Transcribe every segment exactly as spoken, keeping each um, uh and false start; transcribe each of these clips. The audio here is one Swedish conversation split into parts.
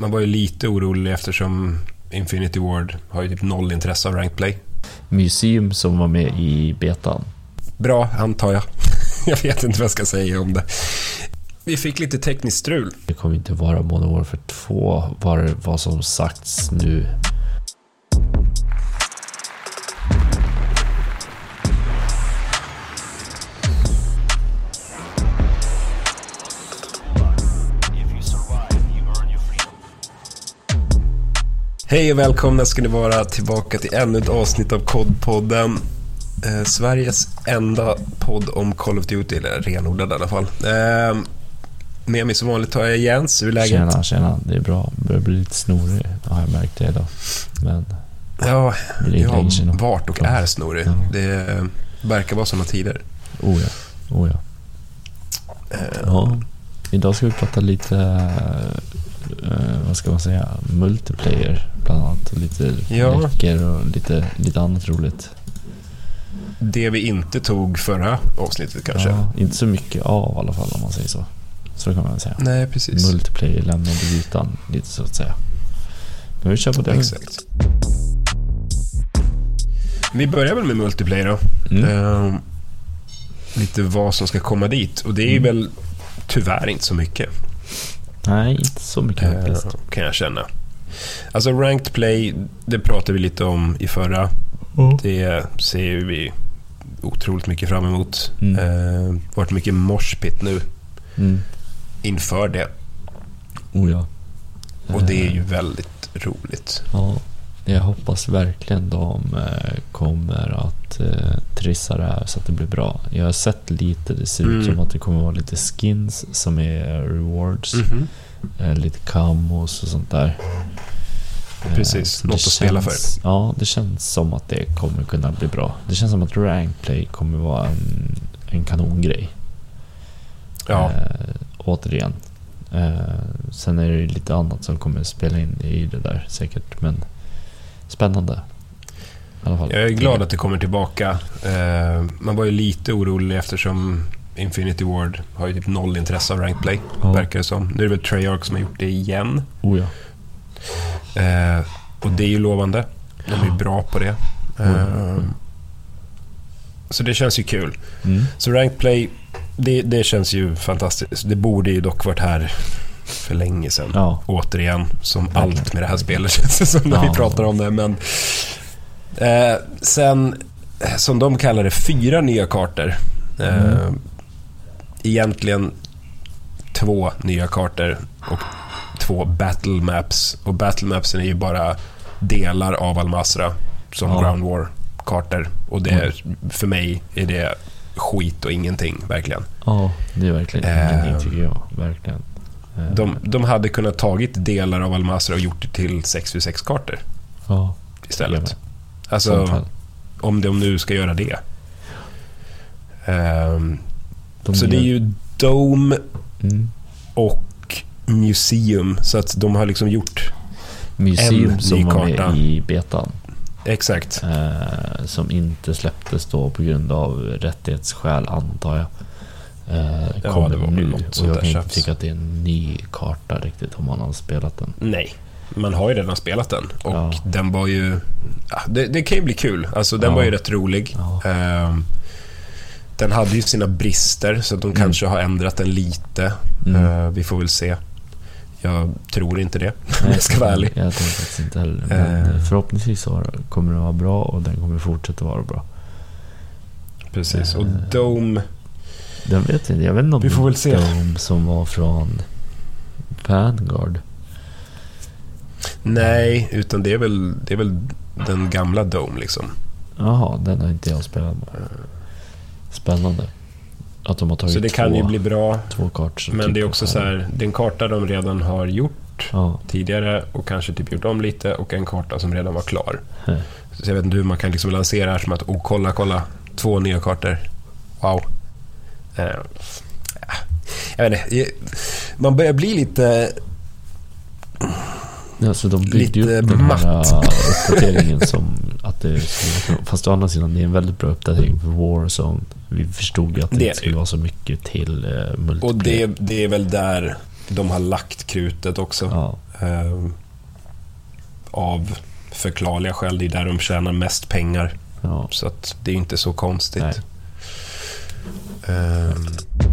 man var ju lite orolig eftersom Infinity Ward har ju typ noll intresse av ranked play. Museum som var med i betan. Bra, antar jag. Jag vet inte vad jag ska säga om det. Vi fick lite tekniskt strul. Det kommer inte vara Modern Warfare två, var vad som sagts nu. Hej och välkomna ska ni vara tillbaka till ännu ett avsnitt av C O D-podden. Eh, Sveriges enda podd om Call of Duty, eller renodlad i alla fall. Eh, med mig som vanligt har jag Jens. Hur är läget? Tjena, tjena. Det är bra. Det börjar bli lite snorig. Ja, jag märkt det idag. Men ja, det jag har varit och är snorig. Ja. Det verkar vara såna tider. Oh ja, oh ja. Eh, ja. Idag ska vi prata lite... Uh, vad ska man säga, multiplayer bland annat, och lite ja. läcker och lite, lite annat roligt. Det vi inte tog förra avsnittet kanske. Ja, inte så mycket av i alla fall, om man säger så. Så kan man säga. Nej, precis. Multiplayer lämnade ytan lite, så att säga. Men vi kör på det. Exakt. Vi börjar väl med multiplayer då. Mm. Uh, lite vad som ska komma dit. Och det är mm. väl tyvärr inte så mycket. Nej, inte så mycket uh, kan jag känna. Alltså ranked play, det pratade vi lite om i förra. Mm. Det ser vi otroligt mycket fram emot. Mm. Uh, varit mycket moshpit nu mm. inför det. Oh ja. Och det är ju väldigt roligt. Ja, jag hoppas verkligen de kommer att uh, trissa det här så att det blir bra. Jag har sett lite, det ser ut mm. som att det kommer vara lite skins som är rewards. Mm-hmm. Uh, lite camos och sånt där. Precis, uh, något att känns, spela för. Ja, det känns som att det kommer kunna bli bra. Det känns som att rank play kommer vara en, en kanongrej. Ja. Uh, återigen. Uh, sen är det lite annat som kommer spela in i det där säkert, men spännande i alla fall. Jag är glad att det kommer tillbaka. uh, Man var ju lite orolig eftersom Infinity Ward har ju typ noll intresse av ranked play, ja. Verkar det som. Nu är det väl Treyarch som har gjort det igen. Oh ja. uh, Och det är ju lovande. De är ju bra på det. uh, mm. Så det känns ju kul. mm. Så ranked play, det, det känns ju fantastiskt. Det borde ju dock varit här för länge sedan. Ja. Återigen, som mm. allt med det här spelet känns det som när ja. vi pratar om det. Men eh, sen, som de kallar det, fyra nya kartor. eh, mm. Egentligen två nya kartor och två battle maps. Och battle mapsen är ju bara delar av Al-Masra som ja. Ground War-kartor. Och det, mm. för mig är det skit och ingenting, verkligen. Ja, det är verkligen ingenting, uh, tycker jag, verkligen. Uh, de, de hade kunnat tagit delar av Al-Masra och gjort det till sex vid sex-kartor. Ja, istället. Alltså, om de nu ska göra det. Um, de så gör... det är ju Dome mm. och Museum, så att de har liksom gjort Museum en som ny var karta med i betan. Exakt. Eh, som inte släpptes då på grund av rättighetsskäl, antar jag. Eh, kommer ja, det var nu. Något och jag kan inte tycka att det är en ny karta riktigt om man har spelat den. Nej, man har ju redan spelat den. Och ja. den var ju... Ja, det, det kan ju bli kul. Alltså den ja. var ju rätt rolig. Ja. Eh, den hade ju sina brister, så att de mm. kanske har ändrat den lite. Mm. Eh, vi får väl se. Jag tror inte det. Nej, jag ska vara ärlig. Jag tror faktiskt inte heller. Men uh, förhoppningsvis så kommer det vara bra, och den kommer fortsätta vara bra. Precis. Uh, och Dome... Den vet jag inte. Jag vet inte om vi får väl se. Dome som var från Vanguard. Nej, utan det är väl, det är väl den gamla Dome liksom. Jaha, den har inte jag spelat med. Spännande. Att de har tagit så det två, kan ju bli bra, två kartor, men typ, det är också så här, det är en karta de redan har gjort ja. tidigare och kanske typ gjort om lite, och en karta som redan var klar. Hmm. Så jag vet inte hur man kan liksom lansera här som att oh, kolla, kolla, två nya kartor. Wow. Uh, ja. Jag vet inte, man börjar bli lite ja, så de byggde ju upp den här uppdateringen som att det skulle, fast å andra sidan det är en väldigt bra uppdatering för Warzone. Vi förstod ju att det, det inte skulle vara så mycket till uh, multiplayer. Och det, det är väl där de har lagt krutet också. Ja. Eh, av förklarliga skäl. Det är där de tjänar mest pengar. Ja. Så att det är inte så konstigt. Nej. Eh,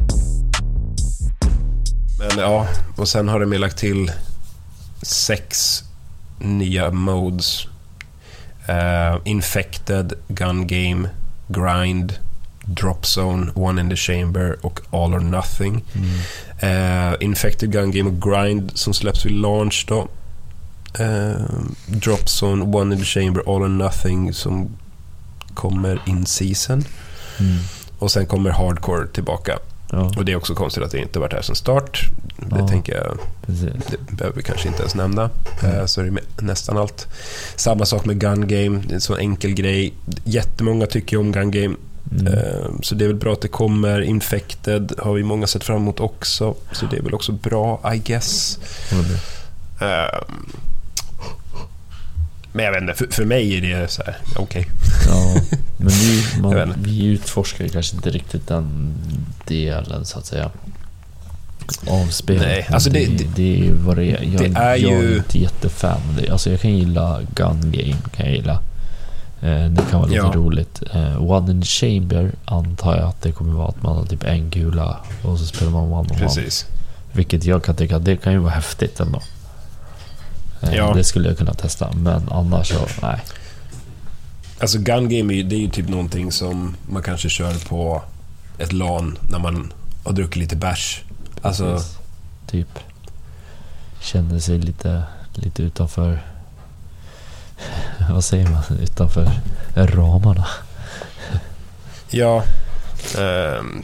men ja, och sen har de lagt till sex nya modes. Uh, Infected, Gun Game, Grind, Drop Zone, One in the Chamber och All or Nothing. Mm. Uh, Infected, Gun Game och Grind som släpps vid launch då. Uh, Drop Zone, One in the Chamber, All or Nothing som kommer in season. Mm. Och sen kommer Hardcore tillbaka. Ja. Och det är också konstigt att det inte varit här sedan start. Det ja. tänker jag, det behöver vi kanske inte ens nämna. Mm. Så är det med nästan allt. Samma sak med Gun Game. Det är en sån enkel grej. Jättemånga tycker om Gun Game. Mm. Så det är väl bra att det kommer. Infected har vi många sett fram emot också. Så det är väl också bra, I guess. Mm. Um, Men jag vet inte, för, för mig är det så här, okej. Okay. Ja, men vi, man, vi utforskar kanske inte riktigt den delen så att säga av spelet. Nej, alltså det, det, det är vad det är. Jag, det är jag ju... är inte jättefan av det. Alltså jag kan gilla Gun Game, kan jag gilla. Eh, det kan vara lite ja. roligt. Eh, one in the Chamber antar jag att det kommer vara att man har typ en kula och så spelar man one on one. Precis. Vilket jag kan tycka, det kan ju vara häftigt ändå. Ja. Det skulle jag kunna testa, men annars så, nej. Alltså Gun Game är, det är ju typ någonting som man kanske kör på ett LAN när man har druckit lite bärs. Alltså precis. Typ känner sig lite lite utanför vad säger man, utanför ramarna. Ja. Um,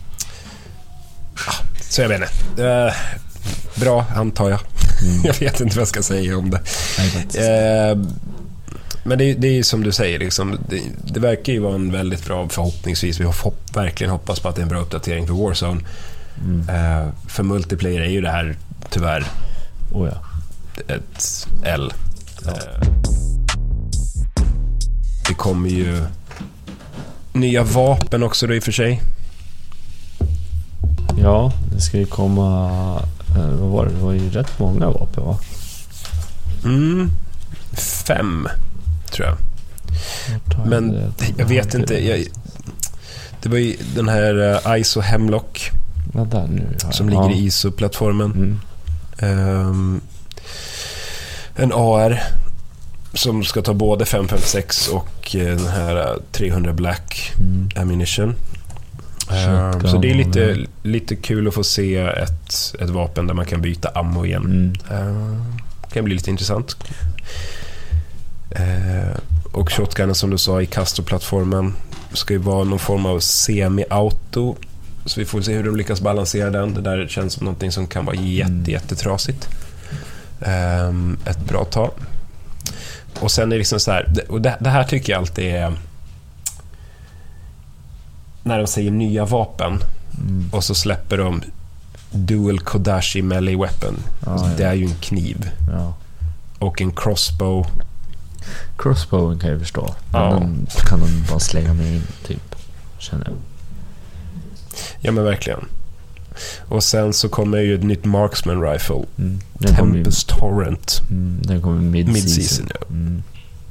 så jag vet inte. Uh, bra, antar jag. Mm. Jag vet inte vad jag ska säga om det. Eh, men det, det är ju som du säger liksom, det, det verkar ju vara en väldigt bra, förhoppningsvis vi har hopp, verkligen hoppas på att det är en bra uppdatering för Warzone. Mm. eh, för multiplayer är ju det här tyvärr oh ja. ett L. Ja. eh, det kommer ju nya vapen också då i och för sig. Ja, det ska ju komma. Vad var det? Det var ju rätt många vapen, va? Mm. Fem, tror jag. jag Men det, jag vet inte. Jag, det var ju den här uh, I S O Hemlock ja, där nu, ja. som ligger ja. i I S O-plattformen. Mm. Um, en A R som ska ta både fem fem sex och uh, den här uh, trehundra Black mm. ammunition. Um, så det är lite, lite kul att få se ett, ett vapen där man kan byta ammo igen. Mm. Uh, kan bli lite intressant. Uh, och shotgunnen som du sa i Castro-plattformen ska ju vara någon form av semi-auto. Så vi får se hur de lyckas balansera den. Det där känns som någonting som kan vara jätte, mm. jättetrasigt. Um, ett bra tag. Och sen är det liksom så här, och det, det här tycker jag alltid är när de säger nya vapen mm. och så släpper de Dual Kodashi Melee Weapon. Ah, alltså, ja. Det är ju en kniv. Ja. Och en crossbow. Crossbowen kan jag förstå. Ja. Den kan de bara slänga med in, typ. Känner jag. Ja, men verkligen. Och sen så kommer ju ett nytt Marksman Rifle. Mm. Tempest kommer, Torrent. Mm, den kommer mid-season. Mid-season, ja. Mm.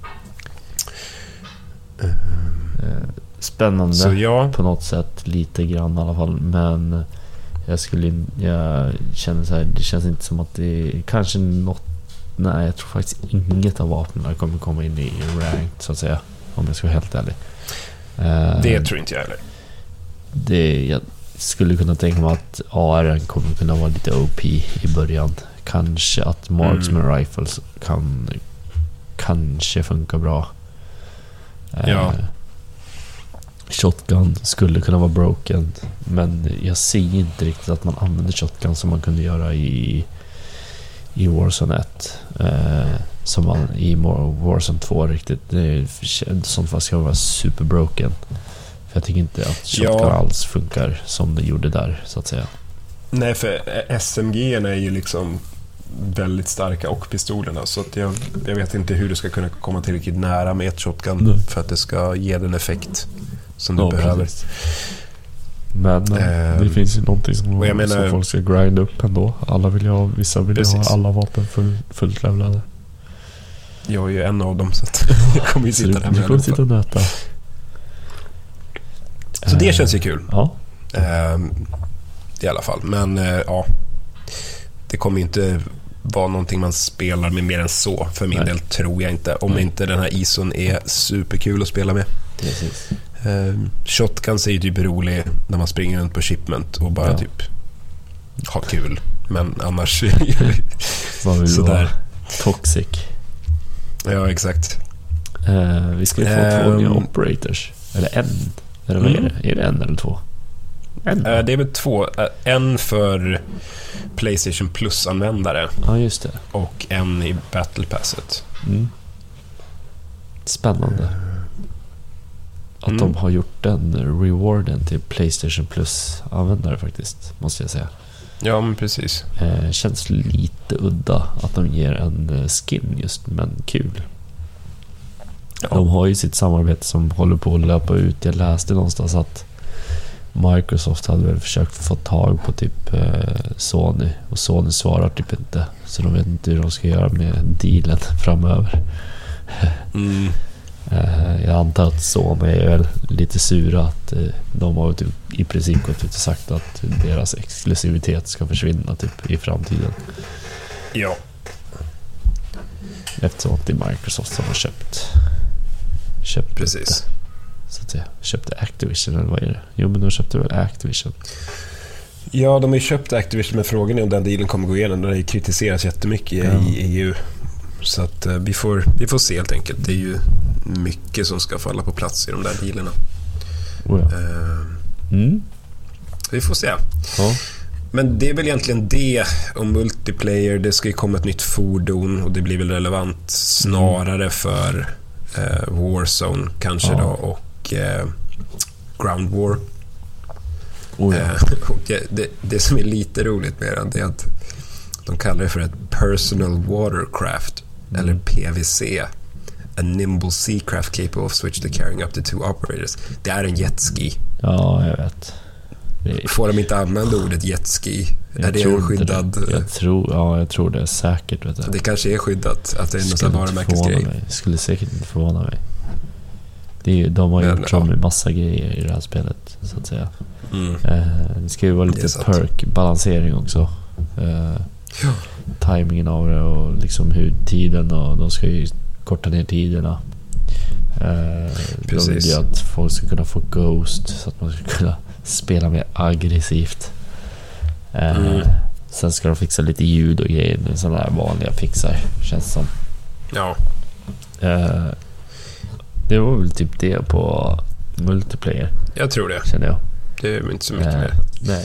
Uh. Spännande så, ja. På något sätt, lite grann i alla fall, men jag skulle jag känner så här, det känns inte som att det är kanske något, nej jag tror faktiskt inget av vapnen kommer komma in i ranked så att säga, om jag ska vara helt ärlig. Det uh, tror inte jag heller. Det, jag skulle kunna tänka mig att A R kommer kunna vara lite O P i början, kanske att Marksman mm. Rifles kan kanske funka bra. Ja. Uh, Shotgun skulle kunna vara broken, men jag ser inte riktigt att man använder shotgun som man kunde göra i i Warzone ett eh, som man i Warzone två riktigt. Det är sånt fast ska vara super broken. För jag tycker inte att shotgun ja. alls funkar som det gjorde där så att säga. Nej, för S M G-erna är ju liksom väldigt starka och pistolerna, så att jag, jag vet inte hur du ska kunna komma tillräckligt nära med ett shotgun mm. för att det ska ge den effekt som du ja, behöver. Men eh, det finns ju någonting som, jag menar, som folk ska grinda upp ändå. Alla vill ju ha, vissa vill ju ha alla vapen full, fullt levlade. Jag är ju en av dem, så att jag kommer ju sitta där med. Du kommer sitta och nöta. Så det känns ju kul. Ja. Eh, I alla fall. Men eh, ja, det kommer ju inte vara någonting man spelar med mer än så. För min Nej. del tror jag inte. Om Nej. inte den här I S O är superkul att spela med. Precis. Eh, Shotguns är ju typ rolig när man springer runt på shipment och bara ja. typ ha kul. Men annars vad vill sådär. Vara toxic. Ja, exakt. Eh, vi ska ju få um, två nya operators. Eller en. Eller vad mm. är det? Är det en eller två? En. Eh, det är väl två. Eh, en för PlayStation Plus-användare. Ja, just det. Och en i Battle Passet. Mm. Spännande. Att mm. de har gjort den rewarden till PlayStation Plus-användare faktiskt, måste jag säga. Ja, men precis. Eh, känns lite udda att de ger en skin just, men kul. Ja. De har ju sitt samarbete som håller på att löpa ut. Jag läste någonstans att Microsoft hade väl försökt få tag på typ eh, Sony, och Sony svarar typ inte, så de vet inte hur de ska göra med dealen framöver. Mm. eh, jag antar att Sony är väl lite sura att eh, de har typ i princip gått ut och sagt att deras exklusivitet ska försvinna typ i framtiden. Ja. Eftersom att det är Microsoft som har köpt köpt precis. Det. Så att jag köpte Activision, eller vad är det? Jo, men de köpte väl Activision. Ja, de har ju köpt Activision, med frågan är om den dealen kommer gå igenom. Den har ju kritiserats jättemycket ja. i E U. Så att uh, vi, får, vi får se helt enkelt. Det är ju mycket som ska falla på plats i de där dealerna. Oh ja. uh, mm. Vi får se. Ja. Men det är väl egentligen det om multiplayer. Det ska ju komma ett nytt fordon och det blir väl relevant snarare mm. för uh, Warzone kanske ja. då och uh, Ground War. Oh ja. uh, och det, det, det som är lite roligt med det är att de kallar det för ett personal watercraft mm. eller P V C, a nimble seacraft capable of switch to carrying up to two operators. Det är en jetski. Ja, jag vet. Det... Får de inte använda ordet jetski? Är det en skyddad? Det. Jag tror, ja, jag tror det är säkert. Vet du. Det kanske är skyddat, att det är någon sån varumärkesgrej. Det skulle säkert inte förvåna mig. Det är ju, de har Men, gjort ja. en massa grejer i det här spelet, så att säga. Mm. Eh, det ska ju vara lite perk-balansering också. Eh, ja. Timingen av det och liksom hur tiden, och de ska ju korta ner tiderna. Eh, de vill ju att folk ska kunna få ghost så att man ska kunna spela mer aggressivt. Eh, mm. Sen ska de fixa lite ljud och grejer, sådana här vanliga fixar, känns som. Ja. Eh, det var väl typ det på multiplayer. Jag tror det. Känner jag. Det är inte så mycket eh, mer. Nej.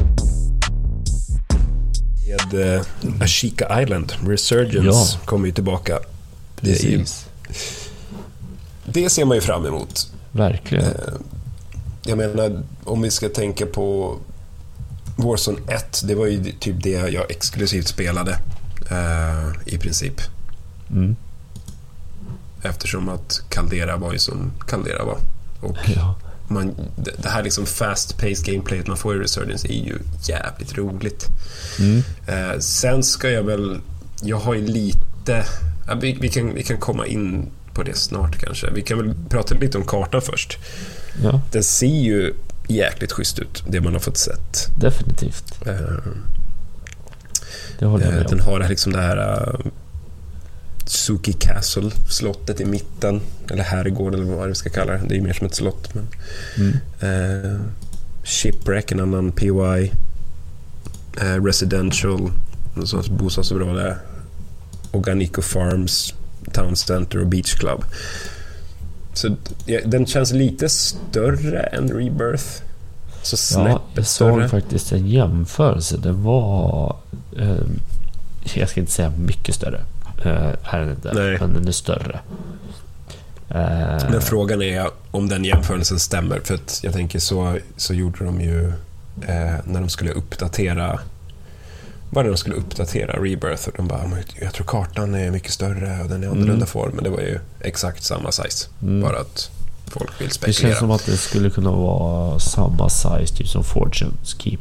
Med uh, Ashika Island Resurgence ja. kommer ju tillbaka. Precis. Det, det ser man ju fram emot. Verkligen. Uh, jag menar, om vi ska tänka på Warzone ett, det var ju typ det jag exklusivt spelade uh, i princip. Mm. Eftersom att Caldera var ju som Caldera var. Och ja. man, det, det här liksom fast-paced gameplayet man får i Resurgence är ju jävligt roligt. Mm. Eh, sen ska jag väl, jag har ju lite, ja, vi, vi, kan, vi kan komma in på det snart kanske. Vi kan väl prata lite om kartan först. Ja. Den ser ju jäkligt schysst ut, det man har fått sett. Definitivt. Eh, det håller jag med eh, den har liksom det här uh, Suki Castle, slottet i mitten, eller herrgård eller vad vi ska kalla det. Det är ju mer som ett slott, men mm. eh, Shipwreck, en annan P O I, eh, Residential, någon sorts bostadsområde, Organico Farms, Town Center och Beach Club. Så ja, den känns lite större än Rebirth. Så snäppet ja, jag större. såg faktiskt en jämförelse. Det var eh, jag ska inte säga mycket större. Uh, här är den inte, Nej. men den är större. Uh, men frågan är om den jämförelsen stämmer, för att jag tänker så, så gjorde de ju eh, när de skulle uppdatera var det de skulle uppdatera Rebirth, och de bara, jag tror kartan är mycket större och den är annorlunda mm. form, men det var ju exakt samma size, mm. bara att folk vill Det spekulera. känns som att det skulle kunna vara samma size typ som Fortune's Keep.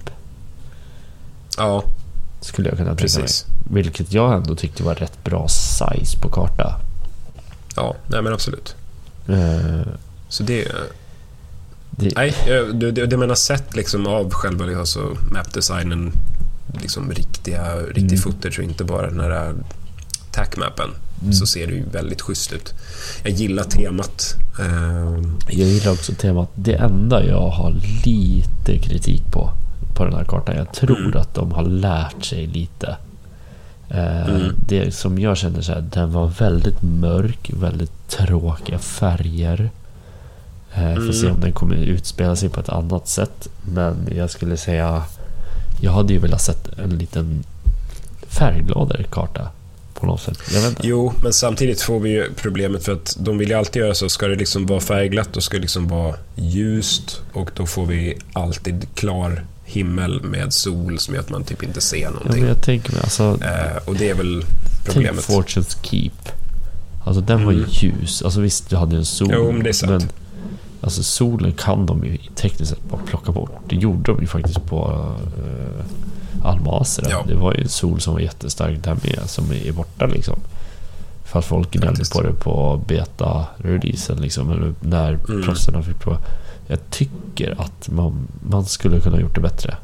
Ja, skulle jag kunna tänka precis. mig. Vilket jag ändå tyckte var rätt bra size på karta. Ja, nej men absolut. Uh, Så det... det nej, det, det, det man har sett liksom av själva alltså mapdesignen, liksom riktiga, riktig Mm. footage och inte bara den här tackmappen, Mm. så ser det ju väldigt schysst ut. Jag gillar temat. Uh, Jag gillar också temat. Det enda jag har lite kritik på på den här kartan, jag tror Mm. att de har lärt sig lite. Uh, Mm. Det som jag känner så här, den var väldigt mörk, väldigt tråkiga färger. Uh, Mm. Får se om den kommer utspela sig på ett annat sätt. Men jag skulle säga, jag hade ju velat sett en liten färggladare karta på något sätt. Jag vet inte. Jo, men samtidigt får vi ju problemet för att de vill ju alltid göra så. Ska det liksom vara färgglatt och ska det liksom vara ljust, och då får vi alltid klar himmel med sol som gör att man typ inte ser Ja, någonting. men jag tänker mig, alltså, Eh, och det är väl tänk problemet. Fortune's Keep. Alltså den var ju Mm. ljus. Alltså visst, du hade en sol. Jo, men det är sant. Men alltså solen kan de ju tekniskt sett bara plocka bort. Det gjorde de ju faktiskt på uh, Almazra. Ja. Det var ju en sol som var jättestark där med, som är borta liksom. För att folk gnällde Faktiskt. på det på beta-releasen liksom, eller när Mm. proffsarna fick prova. Jag tycker att man, man skulle kunna gjort det bättre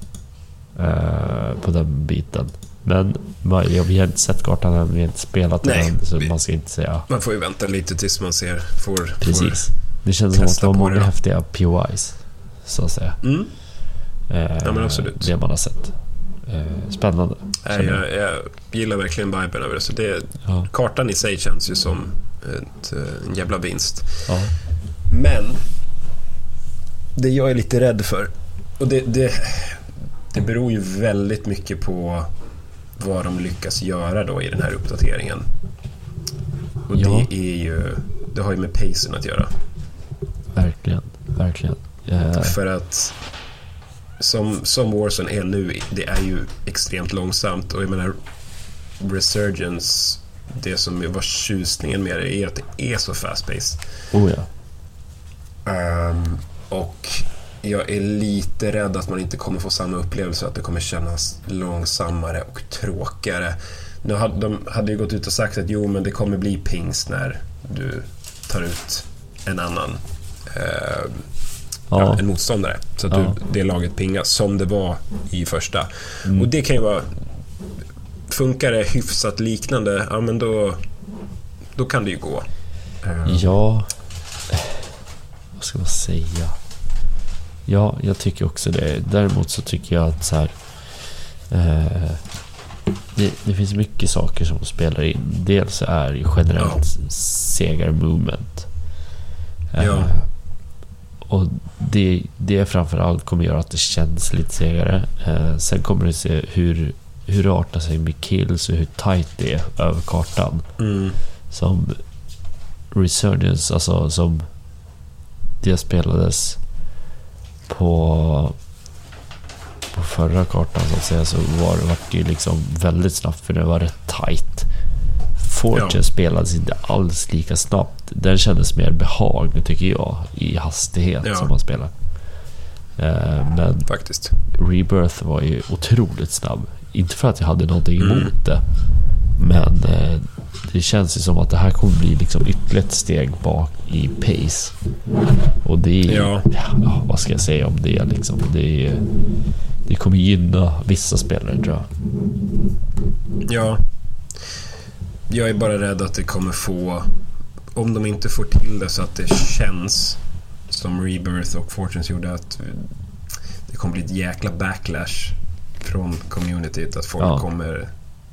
uh, på den biten. Men man, jag har inte sett kartan än, vi har inte spelat Nej, den, så vi- man ska inte säga. Man får ju vänta lite tills man ser, får... Precis. Det känns som att testa det var på många det då. häftiga P O Is, så att säga. Får, mm. Eh, Ja, men absolut. Det man har sett. Eh, spännande. Nej, jag, jag gillar verkligen viben över det. Så det, Ja. kartan i sig känns ju som ett, eh, en jävla vinst. Ja. Men det jag är lite rädd för, och det, det, det beror ju väldigt mycket på vad de lyckas göra då i den här uppdateringen. Och Ja. det är ju, det har ju med pacen att göra. Verkligen. Verkligen. Eh, För att som, som Warzone är nu, det är ju extremt långsamt. Och jag menar, Resurgence, det som var tjusningen med det är att det är så fast-paced. oh ja. Um, och jag är lite rädd att man inte kommer få samma upplevelse, att det kommer kännas långsammare och tråkigare. Nu hade, de hade ju gått ut och sagt att jo, men det kommer bli pings när du tar ut en annan uh, Ja. ja, en motståndare, så att Ja. du, det laget pingas som det var i första. Mm. Och det kan ju vara, funkar det hyfsat liknande, ja men då då kan det ju gå. Uh, Ja. Vad ska man säga? Ja, jag tycker också det. Däremot så tycker jag att så här, eh, det, det finns mycket saker som spelar in. Dels är ju generellt segar movement. Eh, Ja. Och det, det framförallt kommer göra att det känns lite segare. Eh, sen kommer det se hur, hur det artar sig med kills och hur tight det är över kartan. mm, Som Resurgence, alltså som det spelades på på förra kartan så att säga, så var det vart ju liksom väldigt snabbt, för det var rätt tight. Fortune Ja. spelades inte alls lika snabbt. Den kändes mer behaglig tycker jag i hastighet Ja. som man spelar. Eh, men faktiskt. Rebirth var ju otroligt snabb. Inte för att jag hade någonting Mm. emot det, men eh, det känns ju som att det här kommer bli liksom ytterligare ett steg bak i pace. Och det är, Ja. ja, vad ska jag säga om det liksom? Det, är, det kommer gynna vissa spelare tror jag. Ja. Jag är bara rädd att det kommer få, om de inte får till det så att det känns som Rebirth och Fortunes gjorde, att det kommer bli ett jäkla backlash från communityt, att folk Ja. kommer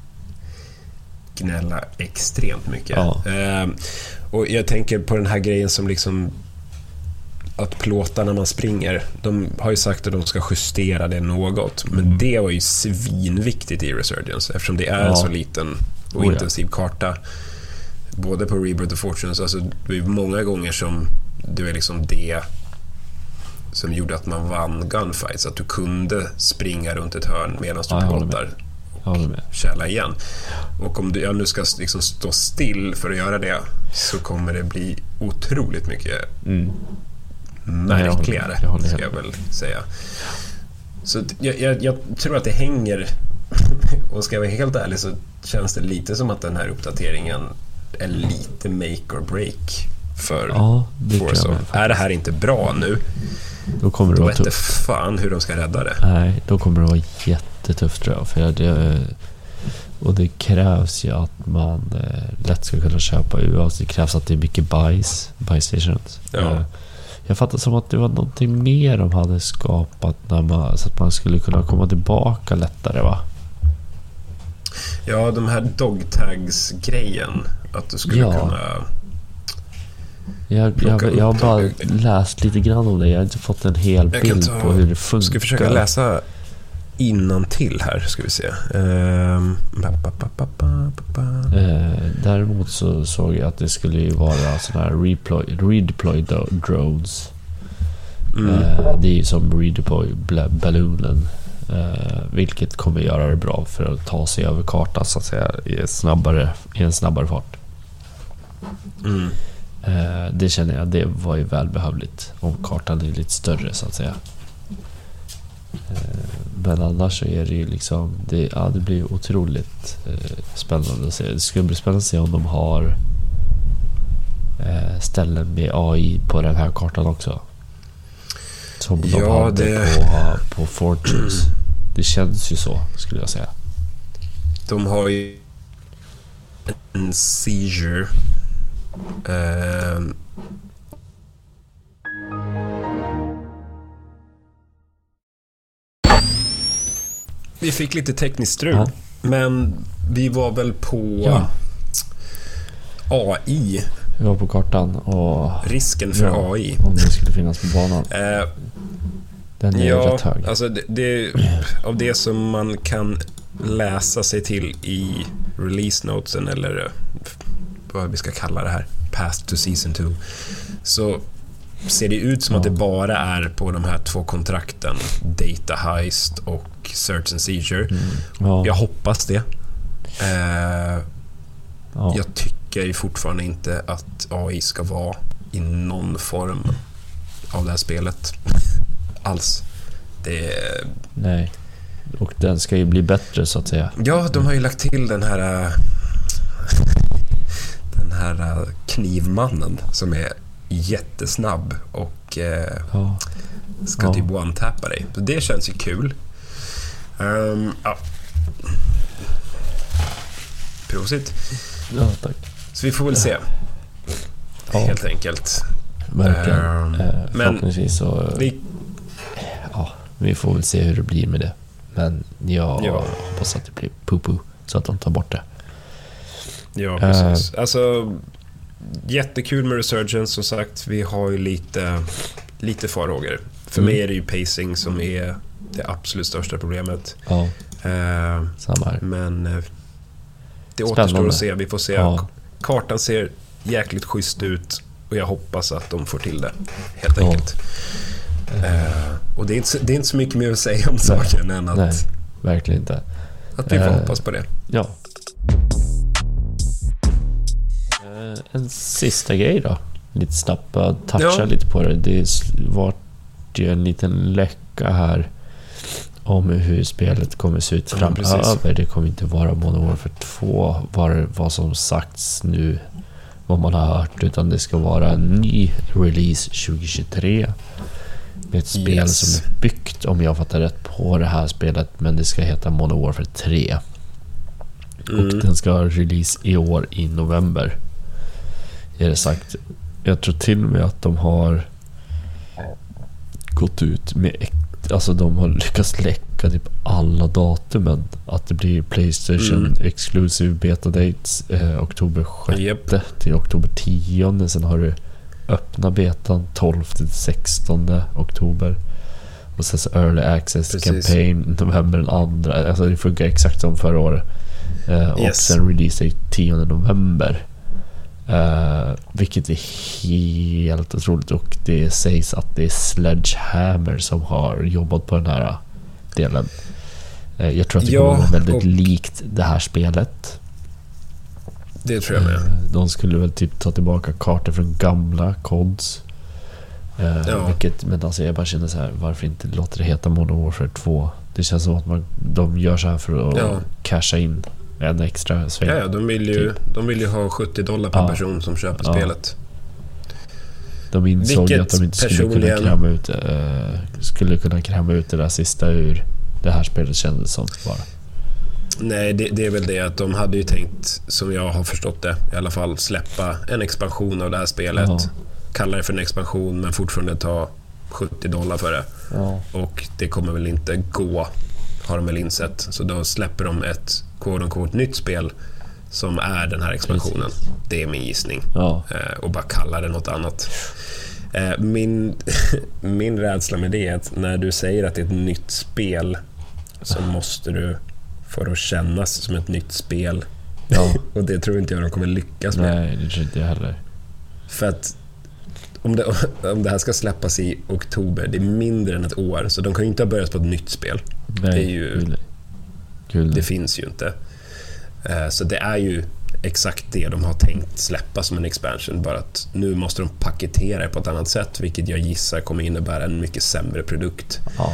gnälla extremt mycket. Ja. Ehm, och jag tänker på den här grejen som liksom att plåta när man springer. De har ju sagt att de ska justera det något, men Mm. det var ju svinviktigt i Resurgence eftersom det är Ja. en så liten och Oh ja. intensiv karta. Både på Rebirth och Fortunes, alltså det är många gånger som det är liksom det som gjorde att man vann gunfights, att du kunde springa runt ett hörn medan du Ja, jag håller med. plåtar. tjäla igen. Och om du, jag nu ska liksom stå still för att göra det, så kommer det bli otroligt mycket mm. märkligare, jag håller, jag ska jag väl säga. Så jag, jag, jag tror att det hänger, och ska jag vara helt ärlig så känns det lite som att den här uppdateringen är lite make or break för ja, Forza. Är det här inte bra nu, då kommer det då vara vet det fan hur de ska rädda det. Nej, då kommer det vara jättetufft tror jag, för det, och det krävs ju att man eh, lätt ska kunna köpa U A. Det krävs att det är mycket buys, buy stations. Ja. Eh, jag fattar som att det var någonting mer de hade skapat när man, så att man skulle kunna komma tillbaka lättare, va? Ja, de här dogtags-grejen, att du skulle ja. kunna jag, jag, jag har bara läst lite grann om det. Jag har inte fått en hel bild ta, på hur det funkar. Ska försöka läsa innantill här, ska vi se. Um, ba, ba, ba, ba, ba, ba. Eh, däremot så såg jag att det skulle ju vara sådana här redeploy, redeploy drones. Mm. Eh, det är ju som redeploy balloonen. Eh, vilket kommer göra det bra för att ta sig över kartan så att säga i, snabbare, i en snabbare fart. Mm. Eh, det känner jag, det var ju välbehövligt om kartan är lite större så att säga. Eh, men annars så är det ju liksom det, ja, det blir otroligt eh, spännande att se. Det skulle bli spännande att se om de har eh, ställen med A I på den här kartan också. Som de ja, hade det... på, på Fortress. Det känns ju så, skulle jag säga. De har ju en seizure. Uh... Vi fick lite tekniskt strul, ja. Men vi var väl på ja. A I. Vi var på kartan och risken för ja, A I. om det skulle finnas på banan. Uh, Den är ja, rätt hög. Alltså det, det, av det som man kan läsa sig till i release notesen, eller vad vi ska kalla det här, Path to Season two, så ser det ut som ja. att det bara är på de här två kontrakten, Data Heist och Search and Seizure. Mm. Ja. Jag hoppas det. Eh, ja. Jag tycker ju fortfarande inte att A I ska vara i någon form av det här spelet alls. Det är... Nej. Och den ska ju bli bättre så att säga. Ja, de har ju lagt till den här den här knivmannen som är jättesnabb och eh, ja. ska ja. typ one-tappa dig. Så det känns ju kul. Um, ja. Prosit. Ja, tack. Så vi får väl se. Ja. Helt enkelt. Verkligen. Um, eh, förhoppningsvis så... Vi... Ja, vi får väl se hur det blir med det. Men jag ja. hoppas att det blir poo-poo så att de tar bort det. Ja, precis. Uh, alltså, jättekul med Resurgence, som sagt. Vi har ju lite, lite farhågor. För mm. mig är det ju pacing som är det absolut största problemet. Ja, uh, samma här. Men uh, det återstår att se. Vi får se. Ja. Kartan ser jäkligt schysst ut och jag hoppas att de får till det, helt enkelt. Ja. Uh, och det är, inte, det är inte så mycket mer att säga om nej. saken än att... Nej, verkligen inte. Att vi får uh, hoppas på det. Ja. En sista grej då. Lite snabbt att toucha ja. lite på det. Det var ju en liten läcka här om hur spelet kommer se ut framöver. Ja, det kommer inte vara Modern Warfare två var vad som sagts nu, vad man har hört, utan det ska vara en ny release tjugo tjugotre med ett spel yes. som är byggt, om jag fattar rätt, på det här spelet, men det ska heta Modern Warfare tre. Mm. Och den ska release i år i november. Är det sagt. Jag tror till och med att de har gått ut med, alltså de har lyckats läcka typ alla datumen, att det blir PlayStation mm. exclusive beta dates eh, oktober sjätte yep. till oktober tionde. Sen har du öppna betan tolfte till sextonde oktober, och sen så early access Precis. campaign november den andra. Alltså det funkar exakt som förra året. eh, och yes. sen release date tionde november. Uh, vilket är helt otroligt, och det sägs att det är Sledgehammer som har jobbat på den här delen. Jag tror att det Ja, kommer vara väldigt och... likt det här spelet. Det tror jag med. De skulle väl typ ta tillbaka kartor från gamla cods. Ja. Vilket, men alltså jag bara känner så här, varför inte låta det heta Modern Warfare två? Det känns som att man, de gör så här för att ja. casha in en extra sväng. Ja, de vill ju, typ. de vill ju ha sjuttio dollar per ja. person som köper ja. spelet. De insåg Vilket att de inte skulle personligen... kunna kräma ut äh, skulle kunna kräma ut det där sista ur det här spelet, kändes som bara. Nej, det, det är väl det att de hade ju tänkt, som jag har förstått det i alla fall, släppa en expansion av det här spelet. Ja. Kalla det för en expansion men fortfarande ta sjuttio dollar för det. Ja. Och det kommer väl inte gå, har de väl insett. Så då släpper de ett quote-unquote nytt spel som är den här expansionen. Precis. Det är min gissning. Ja. Eh, och bara kalla det något annat. Eh, min, min rädsla med det är att när du säger att det är ett nytt spel så måste du få det att kännas som ett nytt spel. Ja. Och det tror inte jag de kommer lyckas med. Nej, det tror inte jag heller. För att om det, om det här ska släppas i oktober, det är mindre än ett år, så de kan ju inte ha börjat på ett nytt spel. Nej, det är ju kul. Kul. Det finns ju inte. Så det är ju exakt det de har tänkt släppa som en expansion, bara att nu måste de paketera det på ett annat sätt, vilket jag gissar kommer innebära en mycket sämre produkt. Ja.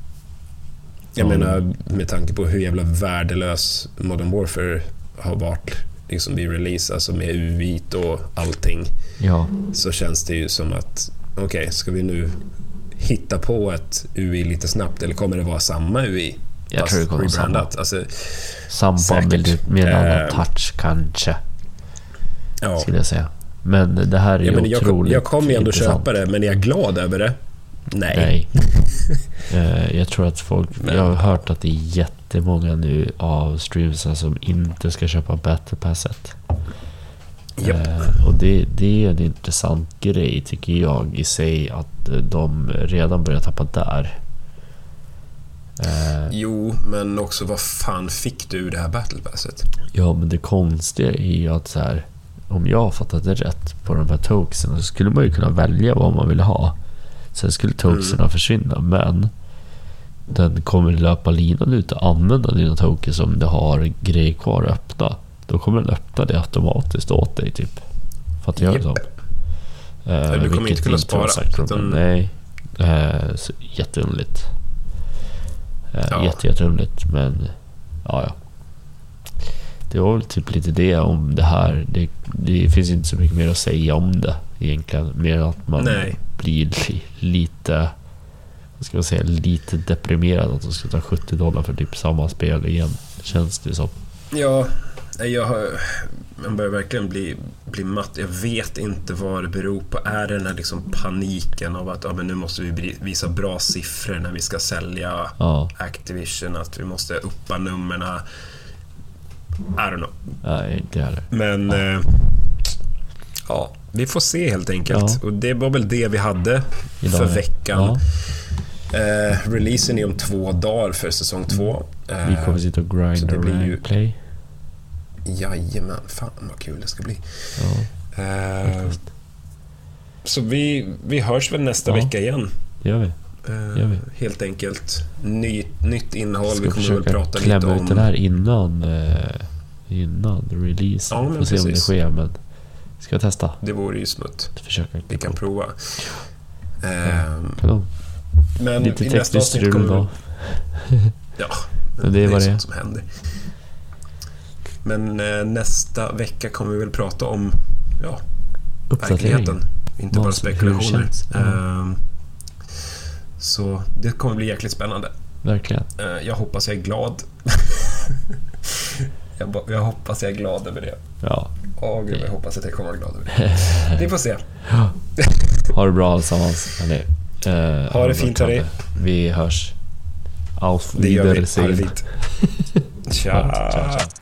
Jag mm. menar, med tanke på hur jävla värdelös Modern Warfare har varit liksom vid release, alltså med U I och allting, ja. Så känns det ju som att okej, okay, ska vi nu hitta på ett U I lite snabbt, eller kommer det vara samma U I? Jag tror det kommer samma. Alltså, samma med, med en annan touch kanske. Ja. Skulle jag säga. Men det här är ja, ju otroligt. Jag kommer ju ändå köpa det, men är jag glad över det? Nej. Nej. Jag tror att folk, men. Jag har hört att det är jättemånga nu av streamers som inte ska köpa Battle Passet. Yep. Eh, och det, det är en intressant grej tycker jag i sig, att de redan börjar tappa där. Eh, jo, men också vad fan fick du det här Battle Passet? Ja, men det konstiga är ju att så här, om jag har fattat det rätt på de här tokensen, så skulle man ju kunna välja vad man vill ha. Sen skulle tokenserna mm. försvinna, men den kommer löpa linan ut och använda dina tokens om du har grejer kvar att öppna. Då kommer den öppna det automatiskt åt dig typ. Fattar jag det som? Eh, du kommer inte kunna spara. Utan... Nej, eh, så jätteunderligt. Eh, ja. Jätte, jätteunderligt, men ja, ja. Det var väl typ lite det om det här. Det, det finns inte så mycket mer att säga om det egentligen. Mer att man Nej. blir li, lite, vad ska man säga, lite deprimerad att de ska ta sjuttio dollar för typ samma spel igen. Känns det som. Ja, jag har, man börjar verkligen bli, bli matt. Jag vet inte vad det beror på. Är det den här liksom paniken av att ja, men nu måste vi visa bra siffror när vi ska sälja ja. Activision, att vi måste uppa nummerna. I don't know. Nej, inte heller. Men ja. Eh, ja, vi får se helt enkelt. Ja. Och det var väl det vi hade idag för veckan. Ja. Eh, releasen är om två dagar för säsong två. Eh, vi kommer sitta och grinda rank play. Jajamän, fan vad kul det ska bli. Ja. Eh, så vi, vi hörs väl nästa ja. vecka igen. Gör vi. Gör vi. Helt enkelt Ny, nytt innehåll. Vi kommer väl prata lite om. Klämma ut det här innan eh, innan release. Ja, får se om det sker, men ska jag testa. Det vore ju smutt. Försöka. Vi kan prova. Ja. Ehm, men lite tekniskt strul då. Ja, men det är, det är vad det är som händer. Men eh, nästa vecka kommer vi väl prata om ja, verkligheten, inte bara spekulationer. Ehm, Så det kommer bli jäkligt spännande. Verkligen. Jag hoppas jag är glad. jag, jag hoppas jag är glad över det. Ja. Åh gud, jag hoppas att jag kommer att vara glad över det. Vi får se. Ja. Ha det bra allesammans. Uh, ha det fint, hörni. Vi hörs. Auf Wiedersehen. Det gör vi. Ha det fint. Ciao. Ciao, ciao.